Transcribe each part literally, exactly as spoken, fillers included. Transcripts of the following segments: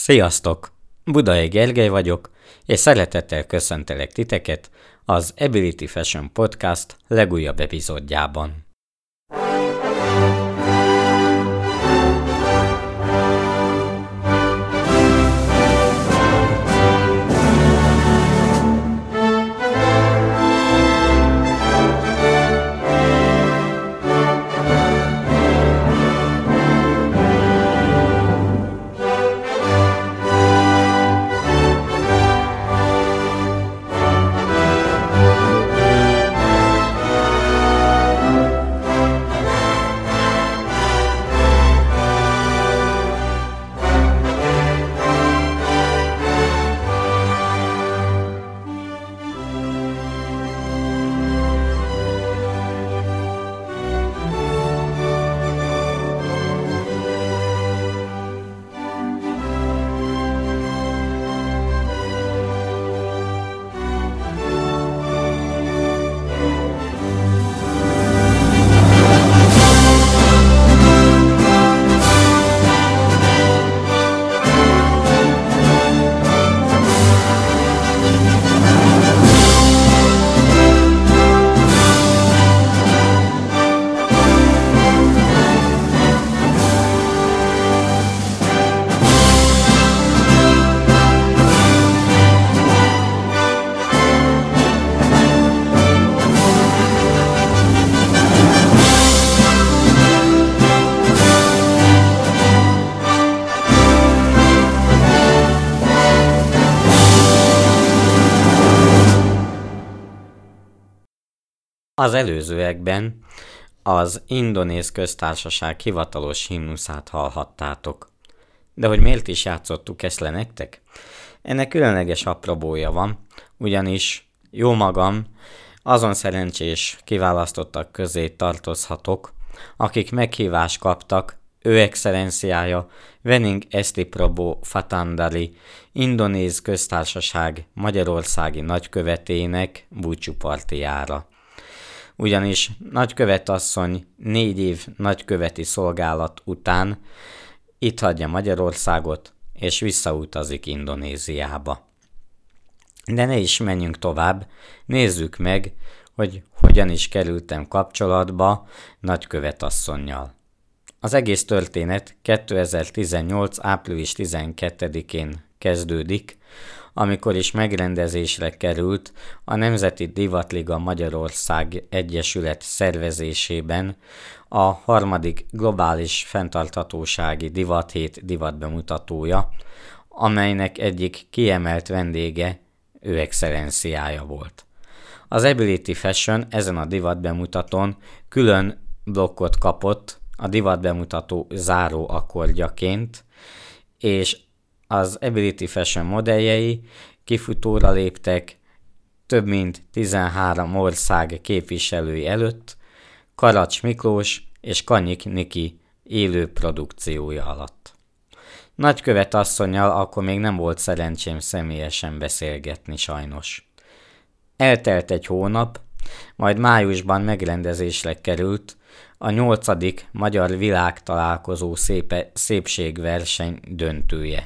Sziasztok! Budai Gergely vagyok, és szeretettel köszöntelek titeket az Ability Fashion Podcast legújabb epizódjában. Az előzőekben az Indonéz Köztársaság hivatalos himnuszát hallhattátok. De hogy miért is játszottuk ezt le nektek? Ennek különleges apropója van, ugyanis jó magam azon szerencsés kiválasztottak közé tartozhatok, akik meghívást kaptak ő excellenciája Wening Estiprabho Fatandali Indonéz Köztársaság magyarországi nagykövetének búcsúpartijára. Ugyanis nagykövetasszony négy év nagyköveti szolgálat után itt hagyja Magyarországot, és visszautazik Indonéziába. De ne is menjünk tovább, nézzük meg, hogy hogyan is kerültem kapcsolatba nagykövetasszonnyal. Az egész történet kétezer-tizennyolc április tizenkettedikén kezdődik, amikor is megrendezésre került a Nemzeti Divatliga Magyarország Egyesület szervezésében a harmadik globális fenntarthatósági divathét divatbemutatója, amelynek egyik kiemelt vendége ő excellenciája volt. Az Ability Fashion ezen a divatbemutatón külön blokkot kapott a divatbemutató záró akkordjaként, és az Ability Fashion modelljei kifutóra léptek több mint tizenhárom ország képviselői előtt, Karacs Miklós és Kanyik Niki élő produkciója alatt. Nagykövet asszonnyal akkor még nem volt szerencsém személyesen beszélgetni sajnos. Eltelt egy hónap, majd májusban megrendezésre került a nyolcadik Magyar Világtalálkozó szépe, szépségverseny döntője.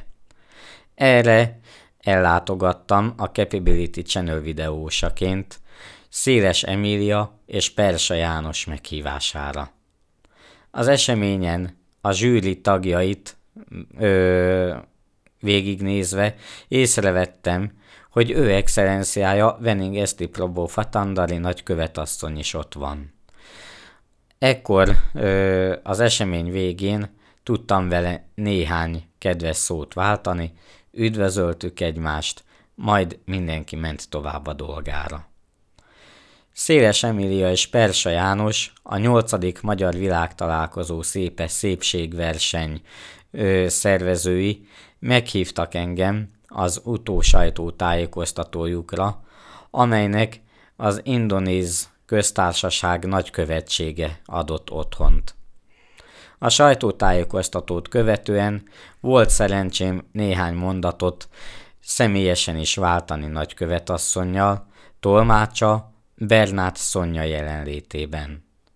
Erre ellátogattam a Capability Channel videósaként Széles Emília és Persa János meghívására. Az eseményen a zsűri tagjait ö, végignézve észrevettem, hogy ő excellenciája Wening Estiprabho Fatandali nagykövetasszony is ott van. Ekkor ö, az esemény végén tudtam vele néhány kedves szót váltani, üdvözöltük egymást, majd mindenki ment tovább a dolgára. Széles Emília és Persa János a nyolcadik Magyar Világtalálkozó szépes szépségverseny ö, szervezői meghívtak engem az utósajtótájékoztatójukra, amelynek az Indonéz Köztársaság nagykövetsége adott otthont. A sajtótájékoztatót követően volt szerencsém néhány mondatot személyesen is váltani nagykövetasszonnyal, tolmácsa Bernát Szonya jelenlétében.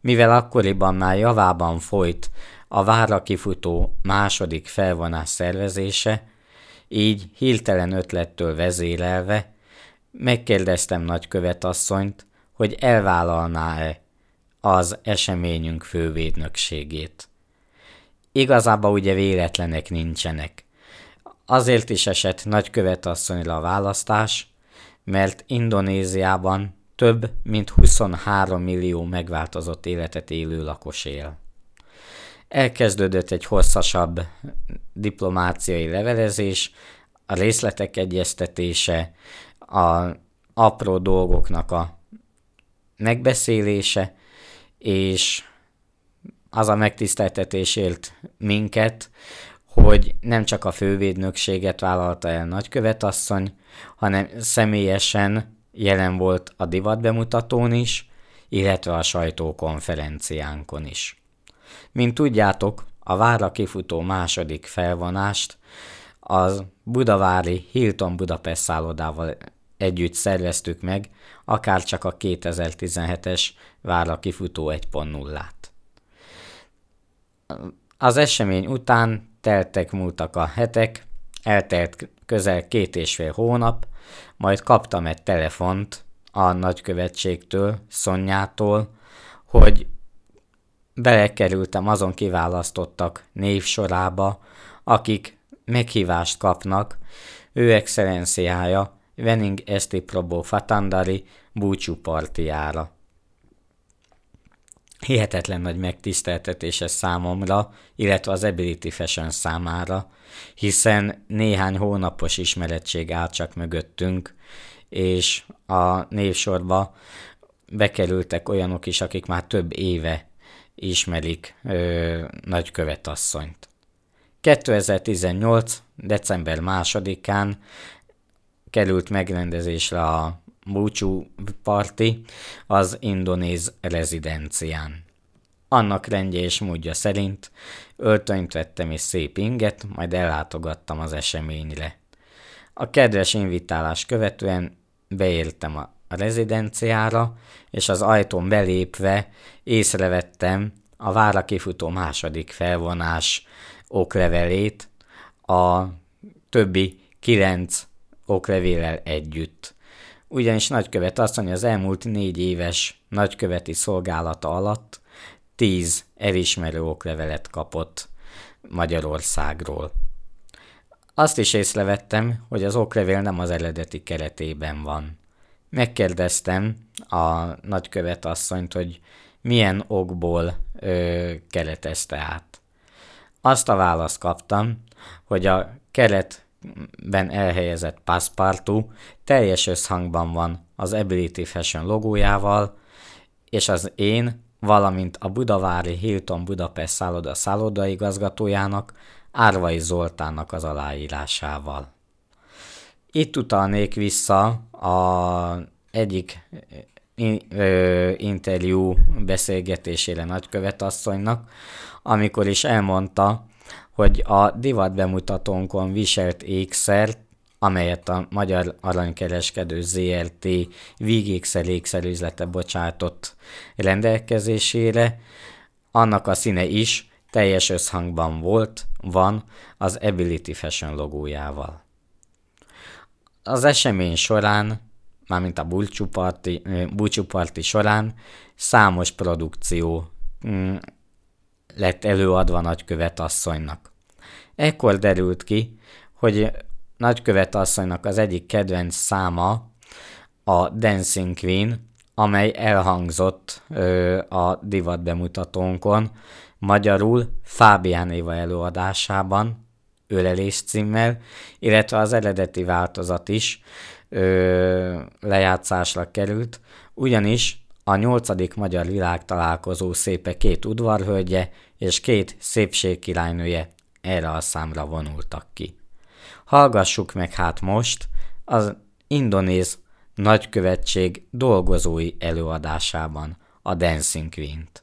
Mivel akkoriban már javában folyt a várra kifutó második felvonás szervezése, így hirtelen ötlettől vezérelve megkérdeztem nagykövetasszonyt, hogy elvállalná-e az eseményünk fővédnökségét. Igazából ugye véletlenek nincsenek. Azért is esett nagykövetasszonyra a választás, mert Indonéziában több mint huszonhárom millió megváltozott életet élő lakos él. Elkezdődött egy hosszasabb diplomáciai levelezés, a részletek egyeztetése, a apró dolgoknak a megbeszélése, és az a megtiszteltetés élt minket, hogy nem csak a fővédnökséget vállalta el nagykövetasszony, hanem személyesen jelen volt a divatbemutatón is, illetve a sajtókonferenciánkon is. Mint tudjátok, a várra kifutó második felvonást az budavári Hilton Budapest szállodával együtt szerveztük meg, akár csak a kétezer-tizenhetes várra kifutó egy pont nullát. Az esemény után teltek múltak a hetek, eltelt közel két és fél hónap, majd kaptam egy telefont a nagykövetségtől, Szonyától, hogy belekerültem azon kiválasztottak névsorába, akik meghívást kapnak ő excellenciája Vening Esti Probo Fatandari búcsúpartiára. Hihetetlen nagy megtiszteltetés ez számomra, illetve az Ability Fashion számára, hiszen néhány hónapos ismerettség áll csak mögöttünk, és a névsorba bekerültek olyanok is, akik már több éve ismerik ö, nagykövetasszonyt. kétezer-tizennyolc. december másodikán került megrendezésre a búcsú parti az indonéz rezidencián. Annak rendje és módja szerint öltönyt vettem és szép inget, majd ellátogattam az eseményre. A kedves invitálás követően beértem a rezidenciára, és az ajtón belépve észrevettem a várra kifutó második felvonás oklevelét a többi kilenc oklevéllel együtt. Ugyanis nagykövetasszony az elmúlt négy éves nagyköveti szolgálata alatt tíz elismerő oklevelet kapott Magyarországról. Azt is észrevettem, hogy az oklevél nem az eredeti keretében van. Megkérdeztem a nagykövetasszonyt, hogy milyen okból ö, keretezte át. Azt a választ kaptam, hogy a keretben elhelyezett passepartout teljes összhangban van az Ability Fashion logójával, és az én, valamint a budavári Hilton Budapest szálloda szállodaigazgatójának, Árvai Zoltánnak az aláírásával. Itt utalnék vissza a egyik interjú beszélgetésére nagykövetasszonynak, amikor is elmondta, hogy a divat bemutatónkon viselt ékszer, amelyet a Magyar Aranykereskedő zé er té Vígékszer ékszerüzlete bocsátott rendelkezésére, annak a színe is teljes összhangban volt, van az Ability Fashion logójával. Az esemény során, mármint a búcsúparti, búcsúparti során számos produkció mm, lett előadva nagykövetasszonynak. Ekkor derült ki, hogy nagykövetasszonynak az egyik kedvenc száma a Dancing Queen, amely elhangzott ö, a divat bemutatónkon, magyarul Fábián Éva előadásában, Ölelés címmel, illetve az eredeti változat is ö, lejátszásra került, ugyanis a nyolcadik Magyar Világtalálkozó szépe két udvarhölgye és két szépségkirálynője erre a számra vonultak ki. Hallgassuk meg hát most az indonéz nagykövetség dolgozói előadásában a Dancing Queen-t.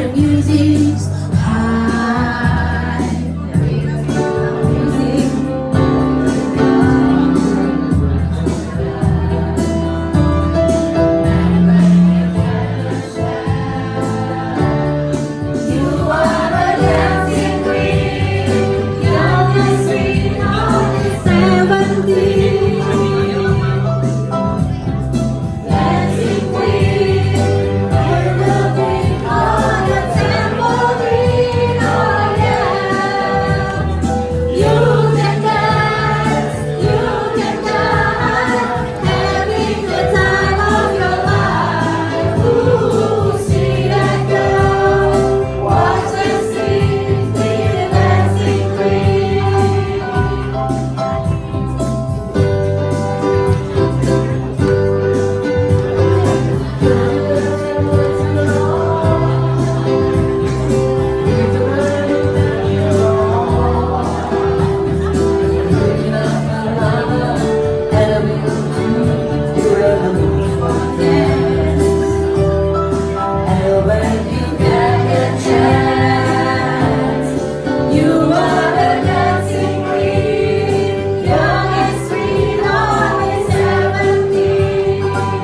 music's high. Music. You are a dancing queen, young and sweet, only seventeen. Dancing queen, with the beat on the tambourine, oh yeah. You can dance, you can dance, having the time of your life. Ooh, see that girl, watch and see, be the dancing queen. You are a dancing queen, young and sweet, only seventeen.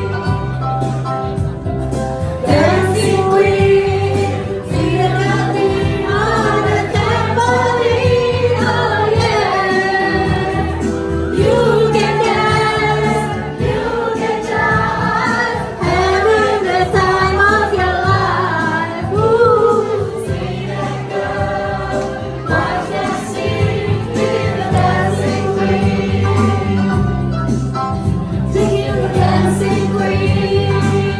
Dancing queen, feel the beat on the tambourine, oh yeah. You can dance, you can jive, having the time of your life. Ooh, see that girl, watch and see, be the dancing queen. Be the dancing queen.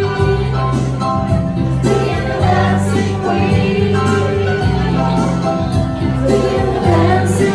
Be the dancing queen. Be the dancing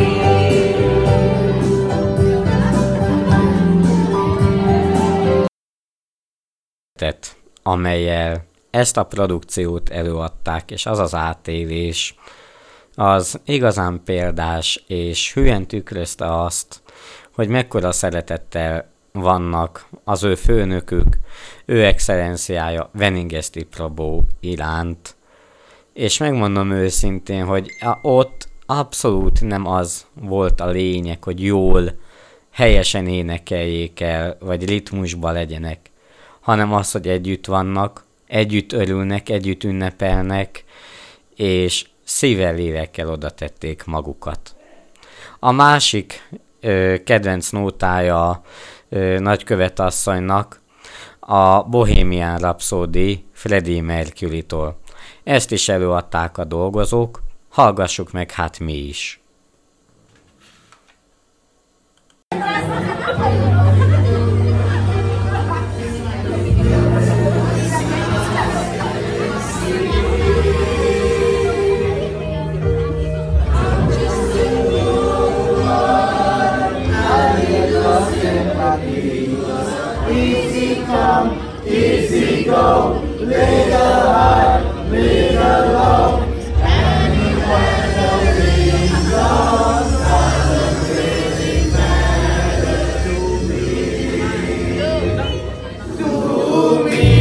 tett, amellyel ezt a produkciót előadták, és az az átélés, az igazán példás, és hülyen tükrözte azt, hogy mekkora szeretettel vannak az ő főnökük, ő excellenciája Weningesti Prabó iránt. És megmondom őszintén, hogy a- ott abszolút nem az volt a lényeg, hogy jól, helyesen énekeljék el, vagy ritmusba legyenek, hanem az, hogy együtt vannak, együtt örülnek, együtt ünnepelnek, és szívvel, lélekkel oda tették magukat. A másik ö, kedvenc nótája ö, nagykövetasszonynak a Bohemian Rhapsody Freddie Mercury-tól. Ezt is előadták a dolgozók, hallgassuk meg hát mi is. Easy come, easy go, little high, little low. Anyone will be lost, doesn't really matter to me. To me.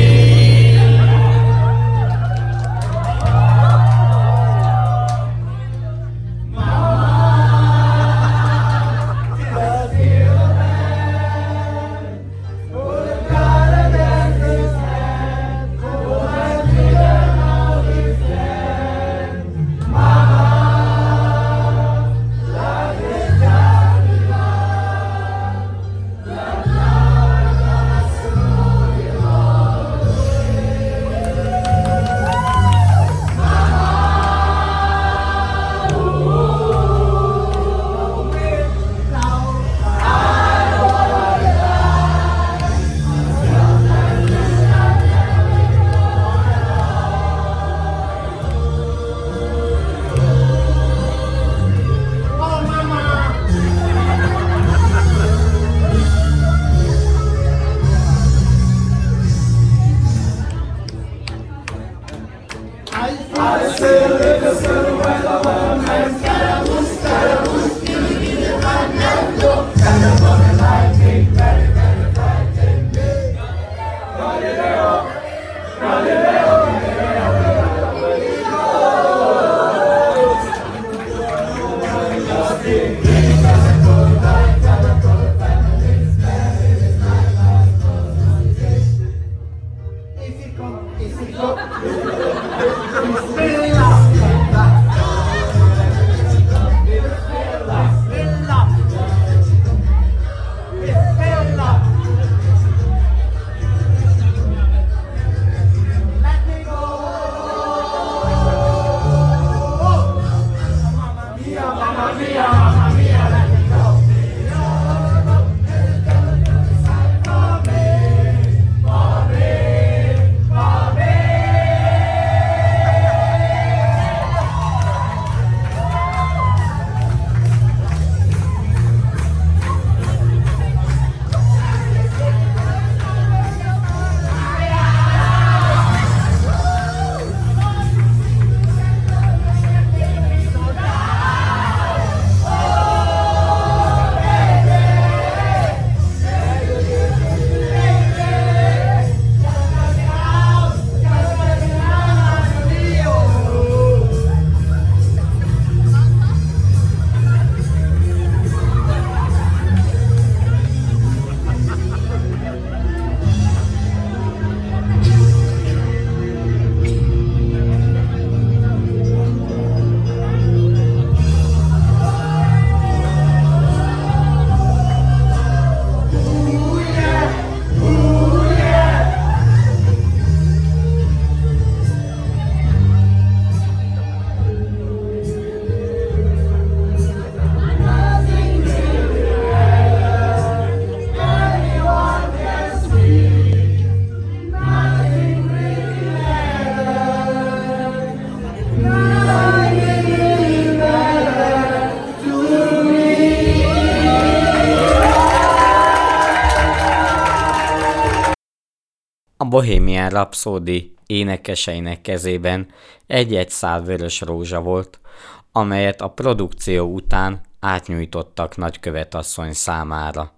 A Bohemian Rhapsody énekeseinek kezében egy-egy szál vörös rózsa volt, amelyet a produkció után átnyújtottak nagykövetasszony számára.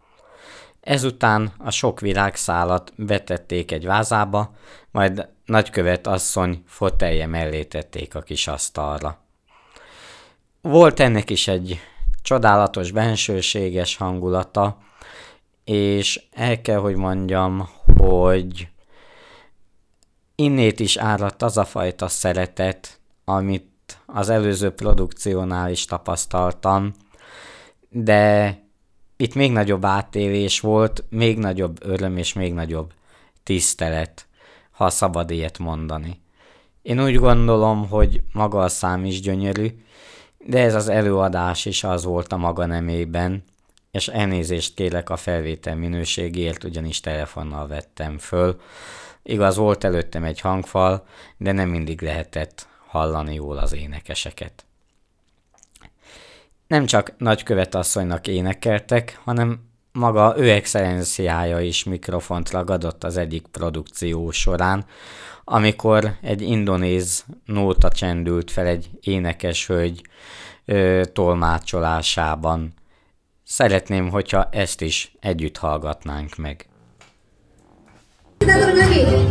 Ezután a sok virágszálat betették egy vázába, majd nagykövetasszony fotelje mellé tették a kis asztalra. Volt ennek is egy csodálatos bensőséges hangulata, és el kell, hogy mondjam, hogy innét is áradt az a fajta szeretet, amit az előző produkciónál is tapasztaltam, de itt még nagyobb átélés volt, még nagyobb öröm és még nagyobb tisztelet, ha szabad ilyet mondani. Én úgy gondolom, hogy maga a szám is gyönyörű, de ez az előadás is az volt a maga nemében, és elnézést kérek a felvétel minőségért, ugyanis telefonnal vettem föl. Igaz, volt előttem egy hangfal, de nem mindig lehetett hallani jól az énekeseket. Nem csak nagykövetasszonynak énekeltek, hanem maga ő excellenciája is mikrofont ragadott az egyik produkció során, amikor egy indonéz nóta csendült fel egy énekes hölgy ö, tolmácsolásában. Szeretném, hogyha ezt is együtt hallgatnánk meg. Kita turun lagi.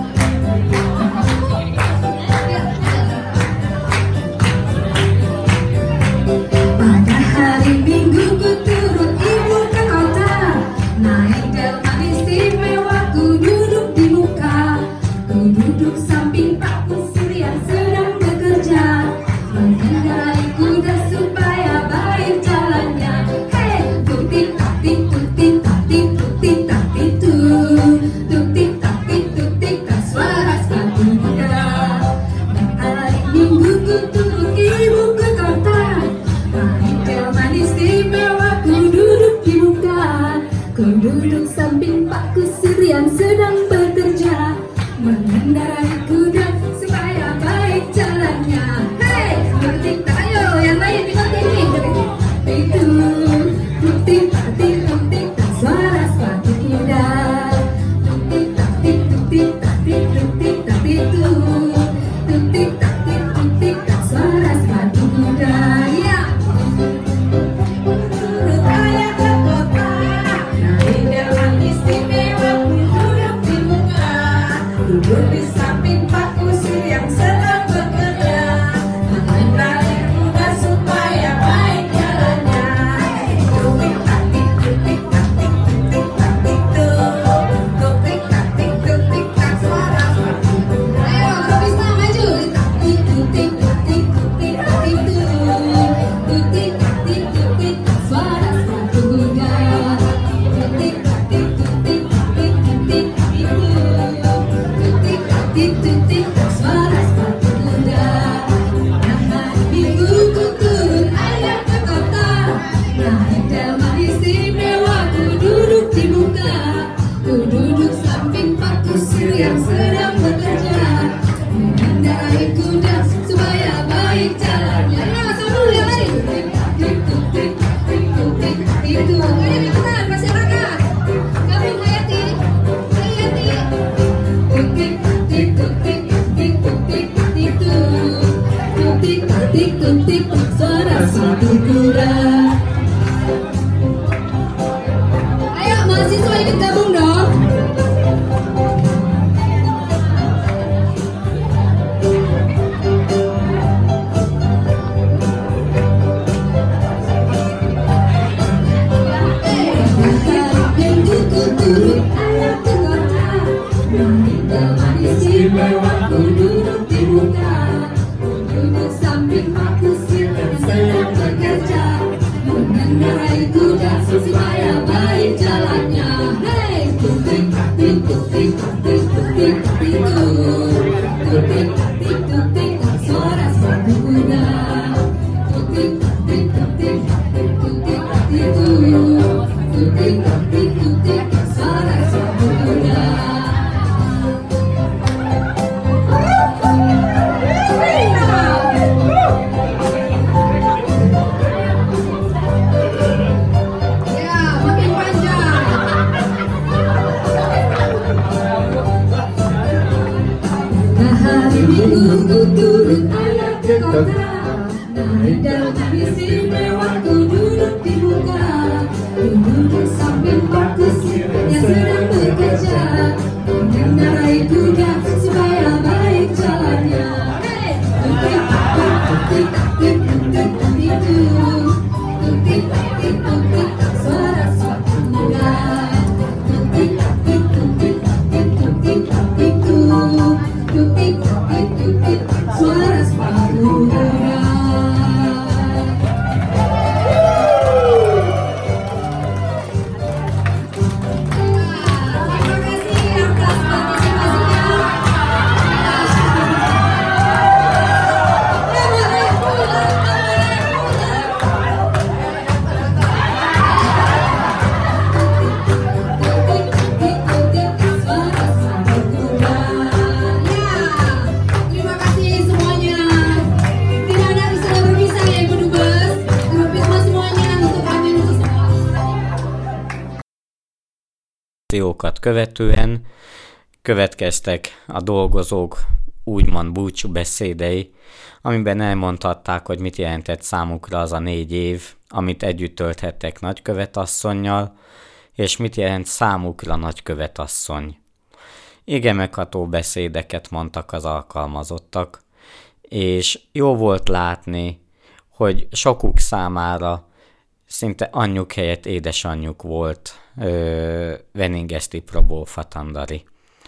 Pada hari Minggu ku turut ibu ke kota, naik delman istimewa, ku duduk di muka, ku duduk samping Pak Kusir yang sedang bekerja, mengendarai kuda supaya baik jalannya. Hei, tutik tatik tutik tatik tutik tatik tu, tutik tatik tutik tak suara sepatu muda. kota. Naik dalam istimewa ku duduk di muka. Ku duduk sambil kursi yang sedang bekerja. Mengendarai kuda supaya baik jalannya. Hey! Tutik, tutik, tutik, tutik, tutik, tutik, tutik, tutik, suara sepatu kuda. Tutik, tutik, tutik, tutik, tutik, tutik, tutik, tutik, tutik, suara sepatu kuda. Jókat követően következtek a dolgozók úgymond búcsúbeszédei, amiben elmondhatták, hogy mit jelentett számukra az a négy év, amit együtt tölthettek nagykövetasszonnyal, és mit jelent számukra nagykövetasszony. Igen megható beszédeket mondtak az alkalmazottak, és jó volt látni, hogy sokuk számára szinte anyjuk helyett édesanyjuk volt ö, Veningeszti Prabó Fatandari.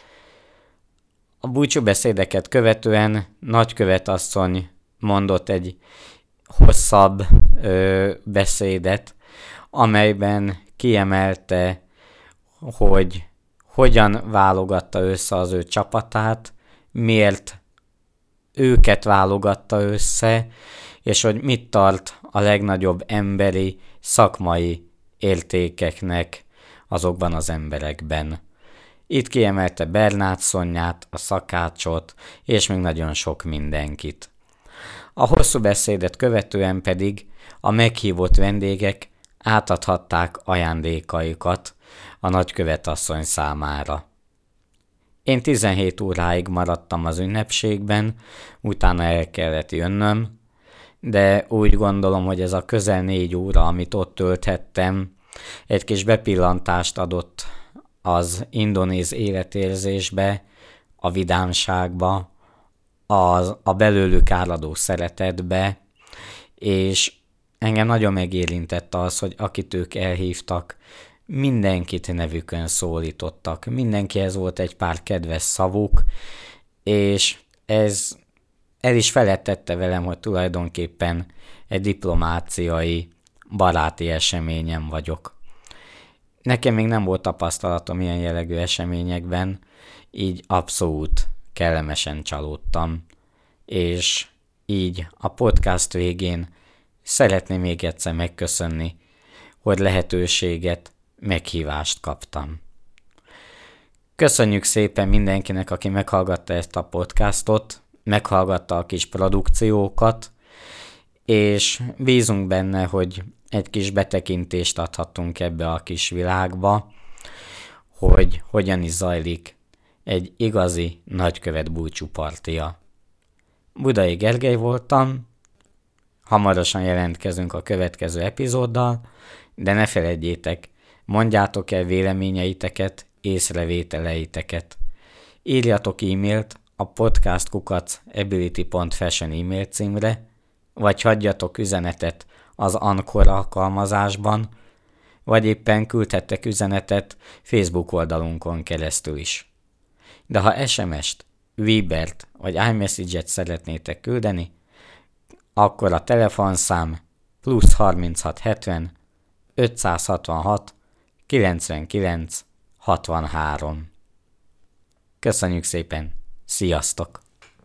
A búcsúbeszédeket követően nagykövetasszony mondott egy hosszabb ö, beszédet, amelyben kiemelte, hogy hogyan válogatta össze az ő csapatát, miért őket válogatta össze, és hogy mit tart a legnagyobb emberi, szakmai értékeknek azokban az emberekben. Itt kiemelte Bernát Szonyát, a szakácsot, és még nagyon sok mindenkit. A hosszú beszédet követően pedig a meghívott vendégek átadhatták ajándékaikat a nagykövetasszony számára. Én tizenhét óráig maradtam az ünnepségben, utána el kellett jönnöm, de úgy gondolom, hogy ez a közel négy óra, amit ott tölthettem, egy kis bepillantást adott az indonéz életérzésbe, a vidámságba, az, a belőlük áradó szeretetbe, és engem nagyon megérintett az, hogy akit ők elhívtak, mindenkit nevükön szólítottak, mindenkihez volt egy pár kedves szavuk, és ez el is felettette velem, hogy tulajdonképpen egy diplomáciai, baráti eseményen vagyok. Nekem még nem volt tapasztalatom ilyen jellegű eseményekben, így abszolút kellemesen csalódtam, és így a podcast végén szeretném még egyszer megköszönni, hogy lehetőséget, meghívást kaptam. Köszönjük szépen mindenkinek, aki meghallgatta ezt a podcastot, meghallgatta a kis produkciókat, és bízunk benne, hogy egy kis betekintést adhatunk ebbe a kis világba, hogy hogyan is zajlik egy igazi nagykövet búcsúpartia. Budai Gergely voltam, hamarosan jelentkezünk a következő epizóddal, de ne feledjétek, mondjátok el véleményeiteket, észrevételeiteket. Írjatok e-mailt a podcast kukac ability pont fashion e-mail címre, vagy hagyjatok üzenetet az Anchor alkalmazásban, vagy éppen küldhettek üzenetet Facebook oldalunkon keresztül is. De ha es em est, Vibert vagy iMessage-et szeretnétek küldeni, akkor a telefonszám plusz harminchat hetven ötszázhatvanhat kilencvenkilenc hatvanhárom. Köszönjük szépen, sziasztok!